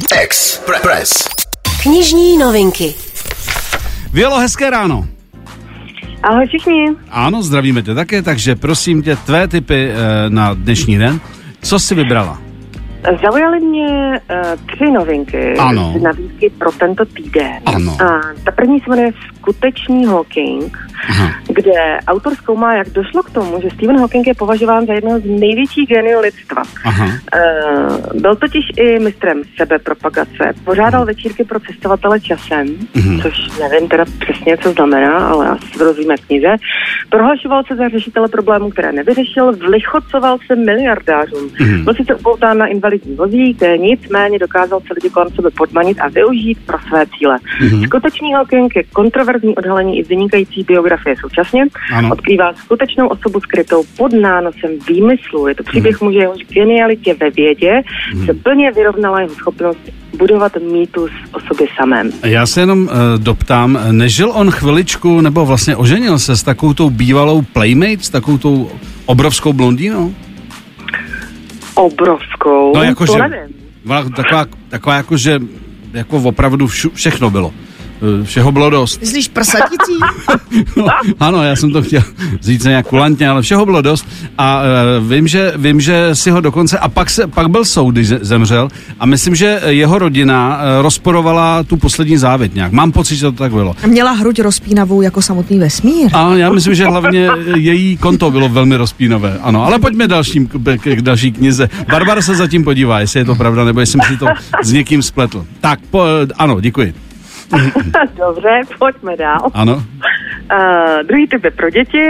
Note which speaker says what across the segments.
Speaker 1: Express.
Speaker 2: Knižní novinky.
Speaker 3: Violo, hezké ráno.
Speaker 4: Ahoj všichni.
Speaker 3: Ano, zdravíme tě také, takže prosím tě, tvé tipy na dnešní den. Co jsi vybrala?
Speaker 4: Zaujaly mě 3 novinky z nabídky pro tento týden.
Speaker 3: Ano.
Speaker 4: Ta první se jmenuje Skutečný Hawking, kde autor zkoumá, jak došlo k tomu, že Stephen Hawking je považován za jednoho z největších geniů lidstva. Byl totiž i mistrem sebepropagace, pořádal večírky pro cestovatele časem, což nevím teda přesně, co znamená, ale asi rozumíme v knize. Prohlašoval se za řešitele problémů, které nevyřešil, vlichocoval se miliardářům. Byl sice upoután na invalidní vozík, nicméně dokázal se lidi kolem sebe podmanit a využít pro své cíle. Skutečný Hawking je kontroverzní odhalení i vynikající biografie současně. Odkrývá skutečnou osobu skrytou pod nánosem výmyslu. Je to příběh muže, jehož genialitě ve vědě se plně vyrovnala jeho schopnost budovat mýtus o sobě samém.
Speaker 3: Já se jenom doptám, nežil on chviličku, nebo vlastně oženil se s takovou tou bývalou playmate, s takovou tou obrovskou blondýnou?
Speaker 4: Obrovskou?
Speaker 3: No jako,
Speaker 4: to
Speaker 3: že,
Speaker 4: nevím.
Speaker 3: Taková jako, že jako opravdu všechno bylo. Všeho bylo dost.
Speaker 2: Myslíš prsatící?
Speaker 3: No, ano, já jsem to chtěl říct nějak kulantně, ale všeho bylo dost a vím, že si ho dokonce, a pak byl soud, když zemřel, a myslím, že jeho rodina rozporovala tu poslední závěť nějak. Mám pocit, že to tak bylo.
Speaker 2: A měla hruď rozpínavou jako samotný vesmír.
Speaker 3: A já myslím, že hlavně její konto bylo velmi rozpínavé. Ano, ale pojďme k další knize. Barbara se zatím podívá, jestli je to pravda, nebo jestli jsem si to s někým spletl. Tak, ano, děkuji.
Speaker 4: Dobře, pojďme dál.
Speaker 3: Ano.
Speaker 4: Druhý tip je pro děti.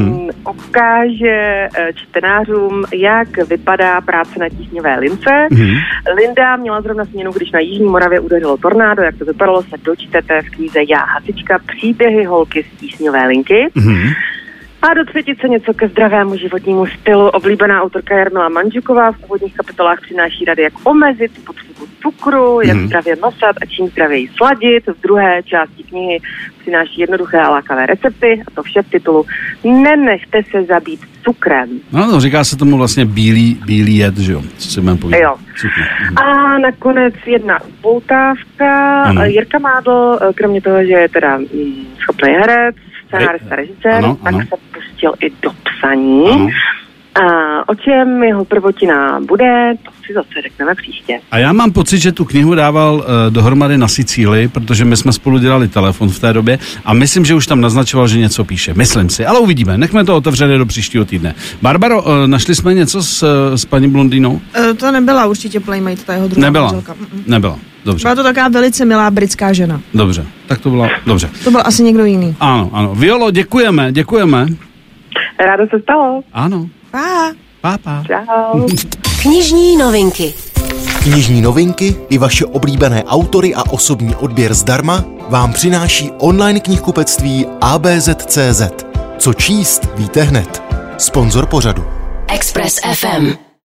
Speaker 4: Ukáže čtenářům, jak vypadá práce na tísňové lince. Linda měla zrovna směnu, když na Jižní Moravě udeřilo tornádo. Jak to vypadalo, se dočtete v knize Já hasička, příběhy holky z tísňové linky. A do třetice něco ke zdravému životnímu stylu. Oblíbená autorka Jarmila Mandžuková v úvodních kapitolách přináší rady, jak omezit spotřebu cukru, jak zdravě nosat a čím zdravěji sladit. V druhé části knihy přináší jednoduché a lákavé recepty, a to vše v titulu Nenechte se zabít cukrem.
Speaker 3: No, říká se tomu vlastně bílý jed, že jo? Co si budeme povídat?
Speaker 4: Jo. A nakonec jedna upoutávka. Jirka Mádl, kromě toho, že je teda schopný herec, scenárista, režisér, tak se pustil i do psaní. A o čem jeho prvotina bude, to si zase řekneme příště.
Speaker 3: A já mám pocit, že tu knihu dával dohromady na Sicílii, protože my jsme spolu dělali telefon v té době a myslím, že už tam naznačoval, že něco píše. Myslím si, ale uvidíme. Nechme to otevřené do příštího týdne. Barbaro, našli jsme něco s paní blondýnou?
Speaker 2: To nebyla určitě playmate, ta jeho druhá manželka.
Speaker 3: Nebyla. Dobře.
Speaker 2: Byla to taková velice milá britská žena.
Speaker 3: Dobře, tak to bylo dobře.
Speaker 2: To byl asi někdo jiný.
Speaker 3: Ano. Violo, děkujeme.
Speaker 4: Rádo se stalo.
Speaker 3: Ano.
Speaker 2: Pa.
Speaker 4: Čau.
Speaker 2: Knižní novinky.
Speaker 1: Knižní novinky i vaše oblíbené autory a osobní odběr zdarma vám přináší online knihkupectví ABZ.cz. Co číst, víte hned. Sponzor pořadu.
Speaker 2: Express FM.